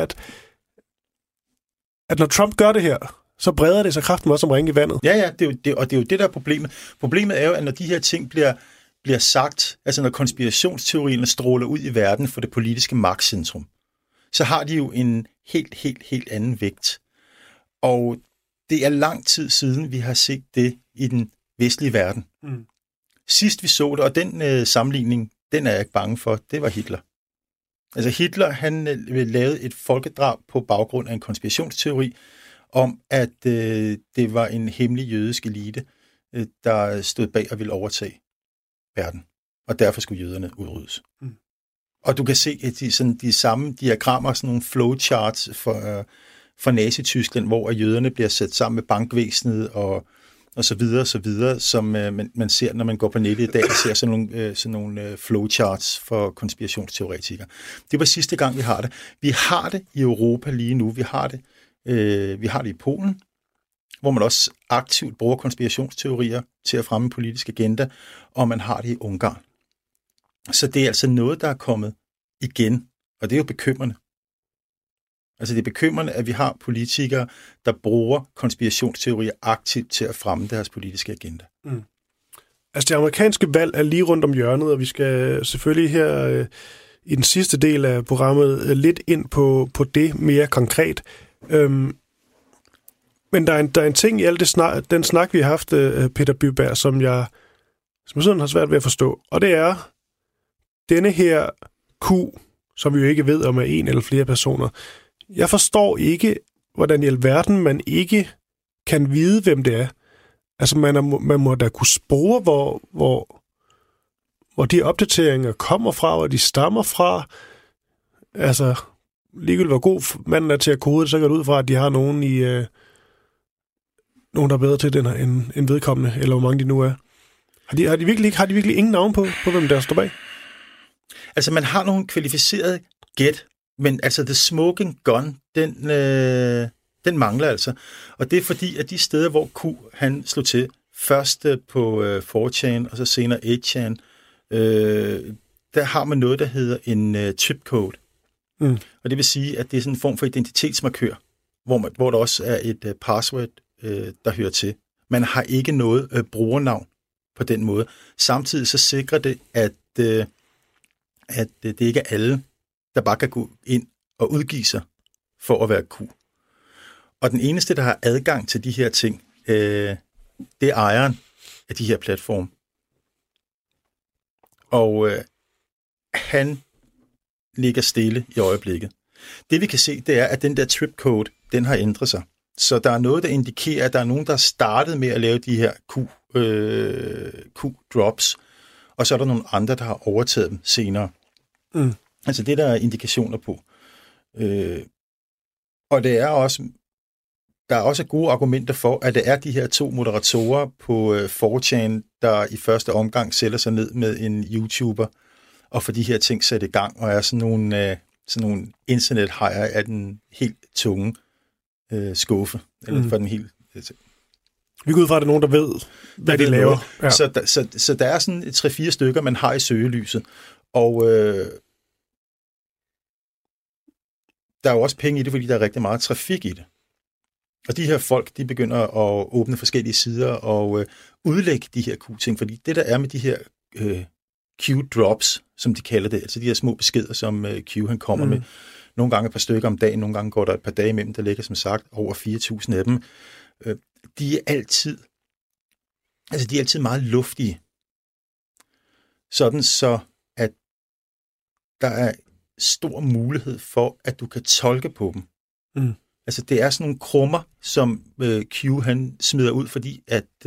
at når Trump gør det her, så breder det sig kraften også som ringe i vandet. Ja, det er jo det, der er problemet. Problemet er jo, at når de her ting bliver sagt, altså når konspirationsteorierne stråler ud i verden for det politiske magtcentrum, så har de jo en helt anden vægt. Og det er lang tid siden, vi har set det i den vestlige verden. Mm. Sidst vi så det, og den sammenligning, den er jeg ikke bange for, det var Hitler. Altså Hitler, han lavede et folkedrab på baggrund af en konspirationsteori om, at det var en hemmelig jødisk elite, der stod bag og ville overtage verden. Og derfor skulle jøderne udryddes. Mm. Og du kan se at de samme diagrammer, sådan nogle flowcharts for Nazi-Tyskland, hvor jøderne bliver sat sammen med bankvæsenet og så videre, som man ser, når man går på nettet i dag, og ser sådan nogle flowcharts for konspirationsteoretikere. Det var sidste gang, vi har det. Vi har det i Europa lige nu. Vi har det i Polen, hvor man også aktivt bruger konspirationsteorier til at fremme en politisk agenda, og man har det i Ungarn. Så det er altså noget, der er kommet igen, og det er jo bekymrende. Altså det er bekymrende, at vi har politikere, der bruger konspirationsteorier aktivt til at fremme deres politiske agenda. Mm. Altså det amerikanske valg er lige rundt om hjørnet, og vi skal selvfølgelig her i den sidste del af programmet lidt ind på det mere konkret. Men der er en ting i alt den snak, vi har haft, Peter Byberg, som jeg sådan har svært ved at forstå. Og det er denne her Q, som vi jo ikke ved om er en eller flere personer. Jeg forstår ikke, hvordan i alverden man ikke kan vide, hvem det er. Altså, man må da kunne spore, hvor de opdateringer kommer fra, hvor de stammer fra. Altså, ligegyldigt hvor god manden er til at kode det, så går det ud fra, at de har nogen, nogen der er bedre til det end vedkommende, eller hvor mange de nu er. Har de virkelig ingen navn på hvem der står bag? Altså, man har nogle kvalificerede gæt, men altså the smoking gun, den mangler altså. Og det er fordi, at de steder, hvor Q han slog til, først på 4chan, og så senere 8chan, der har man noget, der hedder en chipcode. Mm. Og det vil sige, at det er sådan en form for identitetsmarkør, hvor der også er et password, der hører til. Man har ikke noget brugernavn på den måde. Samtidig så sikrer det, at det ikke er alle, der bare kan gå ind og udgive sig for at være Q. Og den eneste, der har adgang til de her ting, det er ejeren af de her platforme. Og han ligger stille i øjeblikket. Det vi kan se, det er, at den der tripcode, den har ændret sig. Så der er noget, der indikerer, at der er nogen, der er startet med at lave de her Q-drops, og så er der nogle andre, der har overtaget dem senere. Mm. Altså det, der er indikationer på. Og der er også gode argumenter for, at det er de her 2 moderatorer på 4chan, der i første omgang sætter sig ned med en YouTuber og får de her ting sat i gang, og er sådan nogle sådan nogle internethajer af den helt tunge skuffe, eller for den helt... Vi går ud fra, at det er nogen, der ved, hvad de laver. Ja. Så der er sådan 3-4 stykker, man har i søgelyset. Og der er jo også penge i det, fordi der er rigtig meget trafik i det. Og de her folk, de begynder at åbne forskellige sider og udlægge de her Q-ting, fordi det, der er med de her Q-drops, som de kalder det, altså de her små beskeder, som Q han kommer med, nogle gange et par stykker om dagen, nogle gange går der et par dage imellem, der ligger som sagt over 4.000 af dem, de er altid meget luftige. Sådan så, at der er stor mulighed for, at du kan tolke på dem. Altså, det er sådan nogle krummer, som Q han smider ud, fordi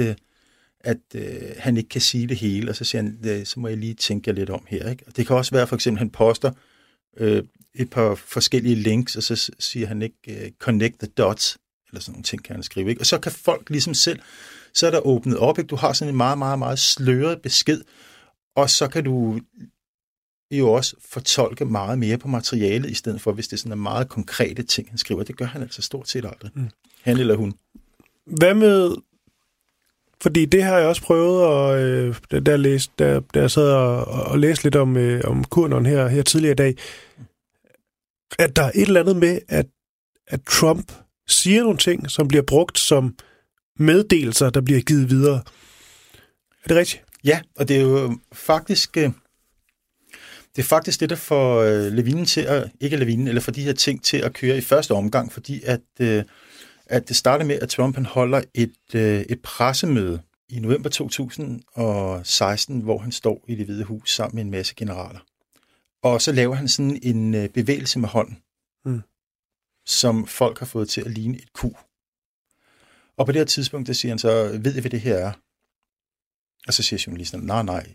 at han ikke kan sige det hele, og så siger han, så må jeg lige tænke lidt om her. Ikke? Og det kan også være, for eksempel, han poster et par forskellige links, og så siger han ikke connect the dots, eller sådan nogle ting kan han skrive. Ikke? Og så kan folk ligesom selv, så er der åbnet op, ikke? Du har sådan en meget, meget, meget sløret besked, og så kan du jo også fortolke meget mere på materialet, i stedet for, hvis det er sådan en meget konkrete ting, han skriver. Det gør han altså stort set aldrig. Han eller hun. Hvad med... Fordi det har jeg også prøvet, og da jeg sad og læste lidt om QAnon her tidligere i dag, at der er et eller andet med, at Trump siger nogle ting, som bliver brugt som meddelelser, der bliver givet videre. Er det rigtigt? Ja, og det er jo faktisk... Det er faktisk det, der får lavinen til at... Ikke lavinen, eller for de her ting til at køre i første omgang, fordi at det starter med, at Trump han holder et pressemøde i november 2016, hvor han står i Det Hvide Hus sammen med en masse generaler. Og så laver han sådan en bevægelse med hånden, som folk har fået til at ligne et Q. Og på det her tidspunkt, der siger han så, ved I, hvad det her er? Og så siger journalisterne, nej,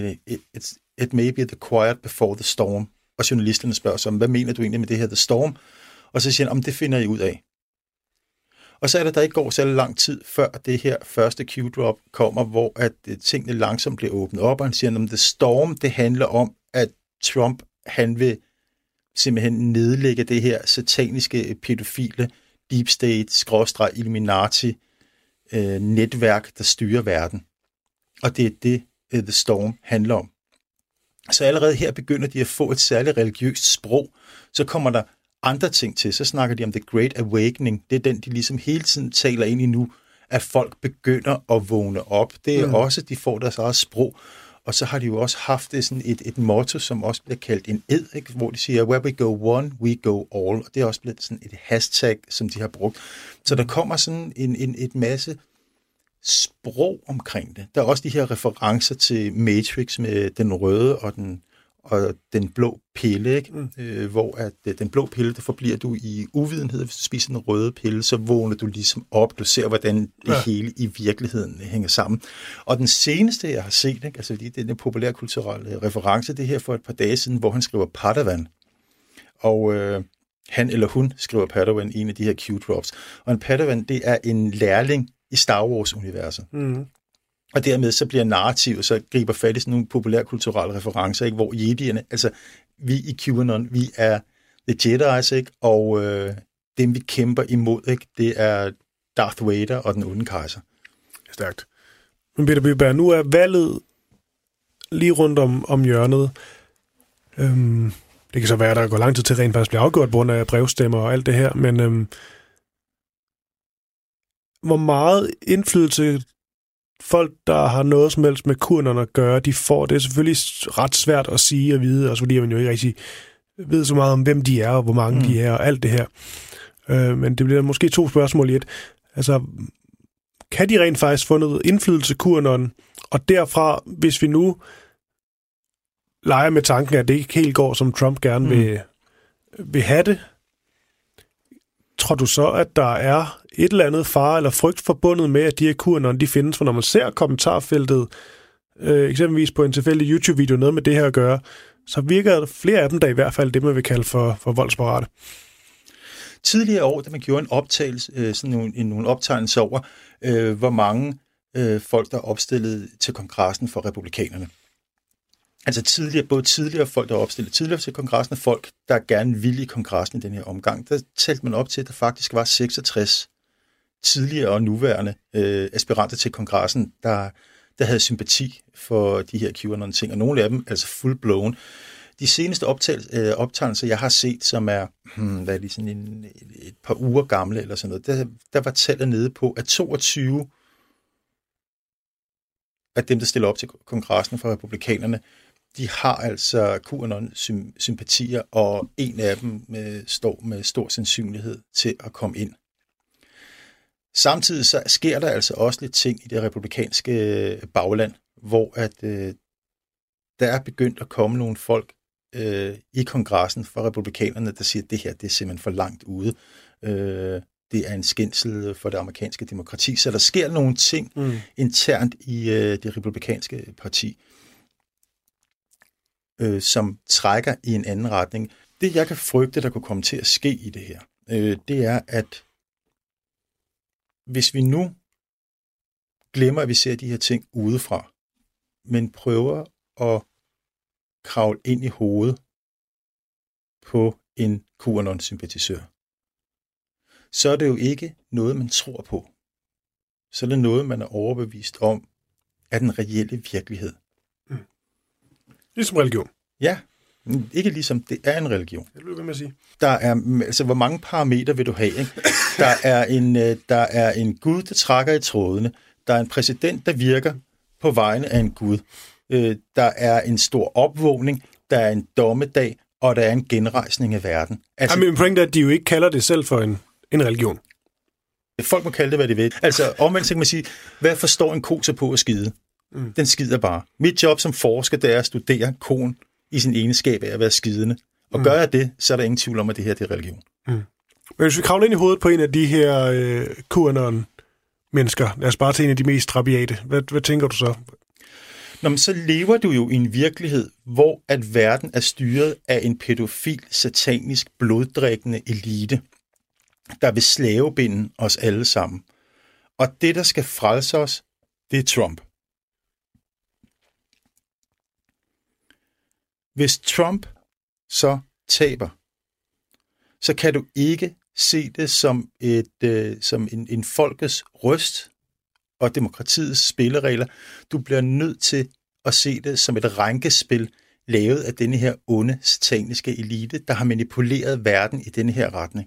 it may be the quiet before the storm. Og journalisterne spørger så, hvad mener du egentlig med det her, the storm? Og så siger han, det finder I ud af. Og så er der ikke går så lang tid, før det her første Q-drop kommer, hvor at tingene langsomt bliver åbnet op, og han siger, at the storm, det handler om, at Trump, han vil simpelthen nedlægge det her sataniske, pædofile, deep state, Illuminati, netværk, der styrer verden. Og det er det, The Storm handler om. Så allerede her begynder de at få et særligt religiøst sprog. Så kommer der andre ting til. Så snakker de om The Great Awakening. Det er den, de ligesom hele tiden taler ind i nu, at folk begynder at vågne op. Det er også, de får deres eget sprog. Og så har de jo også haft det sådan et motto, som også bliver kaldt en ed, ikke? Hvor de siger, where we go one, we go all. Og det er også blevet sådan et hashtag, som de har brugt. Så der kommer sådan et masse sprog omkring det. Der er også de her referencer til Matrix med den røde og den blå pille, ikke? Hvor at den blå pille, der forbliver du i uvidenhed. Hvis du spiser den røde pille, så vågner du ligesom op. Du ser, hvordan det hele i virkeligheden hænger sammen. Og den seneste, jeg har set, ikke? Altså det er den populærkulturelle reference, det her for et par dage siden, hvor han skriver Padawan. Og han eller hun skriver Padawan i en af de her Q-drops. Og en Padawan, det er en lærling i Star Wars-universet. Og dermed så bliver narrativet, så griber fat i sådan nogle populærkulturelle referencer, ikke? Hvor jedierne, altså vi i QAnon, vi er the Jedi's, ikke? Og dem vi kæmper imod, ikke? Det er Darth Vader og den onde kejser. Stærkt. Men Peter Byberg, nu er valget lige rundt om hjørnet. Det kan så være, at der går lang tid til rent faktisk bliver afgjort på grund af brevstemmer og alt det her, men hvor meget indflydelse folk, der har noget som helst med QAnon at gøre, de får. Det er selvfølgelig ret svært at sige og vide, også fordi man jo ikke rigtig ved så meget om, hvem de er, og hvor mange de er, og alt det her. Men det bliver måske 2 spørgsmål i et. Altså, kan de rent faktisk få noget indflydelse QAnon, og derfra, hvis vi nu leger med tanken, at det ikke helt går, som Trump gerne vil have det, tror du så, at der er et eller andet fare eller frygt forbundet med, at de her QAnon, de findes? For når man ser kommentarfeltet, eksempelvis på en tilfældig YouTube-video, noget med det her at gøre, så virker flere af dem, der i hvert fald det, man vil kalde for voldsparate. Tidligere år, da man gjorde en optagelse, sådan nogle optegnelser over, hvor mange folk, der opstillede til kongressen for republikanerne. Altså både tidligere folk, der er opstillet tidligere til kongressen, og folk, der gerne ville i kongressen i den her omgang, der talte man op til, at der faktisk var 66 tidligere og nuværende aspiranter til kongressen, der havde sympati for de her QAnon-ting, og nogle af dem altså full-blown. De seneste optegnelser, jeg har set, som er sådan et par uger gamle eller sådan noget, der var tallet nede på, at 22 af dem, der stiller op til kongressen for republikanerne, de har altså QAnon-sympatier, og en af dem står med stor sandsynlighed til at komme ind. Samtidig så sker der altså også lidt ting i det republikanske bagland, hvor at der er begyndt at komme nogle folk i kongressen fra republikanerne, der siger, at det her det er simpelthen for langt ude. Det er en skændsel for det amerikanske demokrati. Så der sker nogle ting internt i det republikanske parti, som trækker i en anden retning. Det, jeg kan frygte, der kunne komme til at ske i det her, det er, at hvis vi nu glemmer, at vi ser de her ting udefra, men prøver at kravle ind i hovedet på en QAnon-sympatisør, så er det jo ikke noget, man tror på. Så er det noget, man er overbevist om, er den reelle virkelighed. Ligesom religion. Ja, ikke ligesom, det er en religion. Det vil jeg sige. Der er, altså, hvor mange parametre vil du have? Ikke? Der er en Gud, der trækker i trådene. Der er en præsident, der virker på vegne af en Gud. Der er en stor opvågning. Der er en dommedag, og der er en genrejsning af verden. Altså, min pointe er, at de jo ikke kalder det selv for en religion. Folk må kalde det, hvad de vil. Altså, omvendt kan man sige, hvad forstår en ko så på at skide? Den skider bare. Mit job som forsker, det er at studere koen i sin egenskab af at være skidende. Og gør jeg det, så er der ingen tvivl om, at det her det er religion. Men hvis vi kravler ind i hovedet på en af de her QAnon-mennesker, lad os bare til en af de mest rabiate, hvad tænker du så? Nå, men så lever du jo i en virkelighed, hvor at verden er styret af en pædofil, satanisk, bloddrikkende elite, der vil slavebinde os alle sammen. Og det, der skal frelse os, det er Trump. Hvis Trump så taber, så kan du ikke se det som en folkets røst og demokratiets spilleregler. Du bliver nødt til at se det som et rænkespil lavet af denne her onde, sataniske elite, der har manipuleret verden i denne her retning.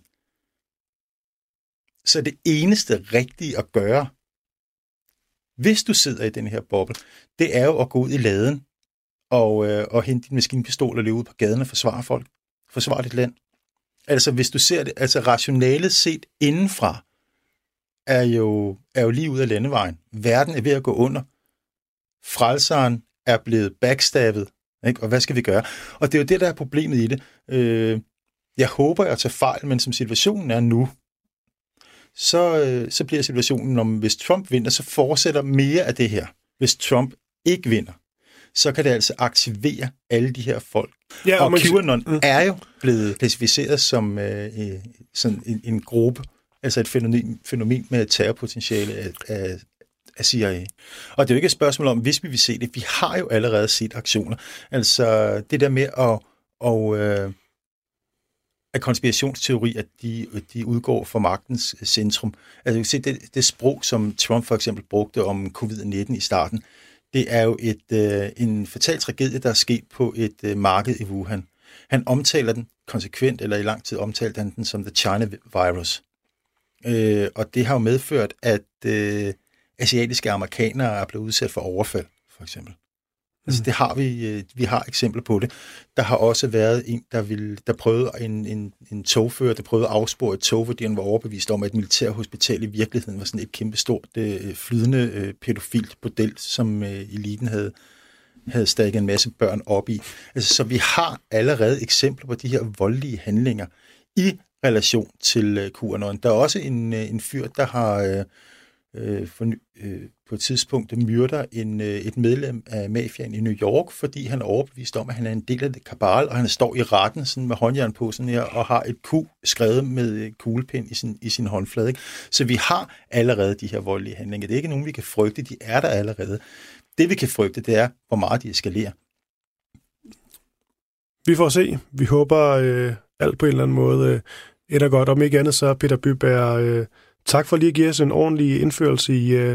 Så det eneste rigtige at gøre, hvis du sidder i denne her boble, det er jo at gå ud i laden og hente din maskinpistol og løbe ud på gaden og forsvare folk. Forsvare dit land. Altså, hvis du ser det, altså rationalet set indenfra, er jo lige ud af landevejen. Verden er ved at gå under. Frelseren er blevet backstabbet. Ikke? Og hvad skal vi gøre? Og det er jo det, der er problemet i det. Jeg håber, jeg tager fejl, men som situationen er nu, så bliver situationen, om hvis Trump vinder, så fortsætter mere af det her. Hvis Trump ikke vinder, så kan det altså aktivere alle de her folk. Ja, og QAnon er jo blevet klassificeret som sådan en gruppe, altså et fænomen med terrorpotentiale af CIA. Og det er jo ikke et spørgsmål om, hvis vi vil se det. Vi har jo allerede set aktioner. Altså det der med at konspirationsteori, at de udgår fra magtens centrum. Altså se det sprog, som Trump for eksempel brugte om covid-19 i starten, det er jo en fatal tragedie, der er sket på et marked i Wuhan. Han omtaler den konsekvent, eller i lang tid omtalte han den som the China virus. Og det har jo medført, at asiatiske amerikanere er blevet udsat for overfald, for eksempel. Altså det har vi har eksempler på det. Der har også været en, der prøvede en togfører, der prøvede at afspore et tog, fordi han var overbevist om, at et militærhospital i virkeligheden var sådan et kæmpestort flydende pædofilt bordel, som eliten havde stakket en masse børn op i. Altså, så vi har allerede eksempler på de her voldelige handlinger i relation til QAnon. Der er også en fyr, der har på et tidspunkt myrder et medlem af mafiaen i New York, fordi han er overbevist om, at han er en del af det kabal, og han står i retten sådan med håndjern på sådan her, og har et Q skrevet med kuglepen i sin håndflade. Ikke? Så vi har allerede de her voldelige handlinger. Det er ikke nogen, vi kan frygte. De er der allerede. Det, vi kan frygte, det er, hvor meget de eskalerer. Vi får se. Vi håber alt på en eller anden måde ender godt. Om ikke andet så, Peter Byberg, tak for lige at give os en ordentlig indførelse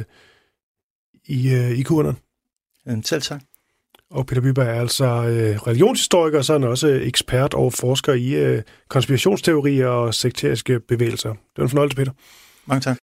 i QAnon. Selv tak. Og Peter Byberg er altså religionshistoriker, så er han også ekspert og forsker i konspirationsteorier og sekteriske bevægelser. Det var en fornøjelse, Peter. Mange tak.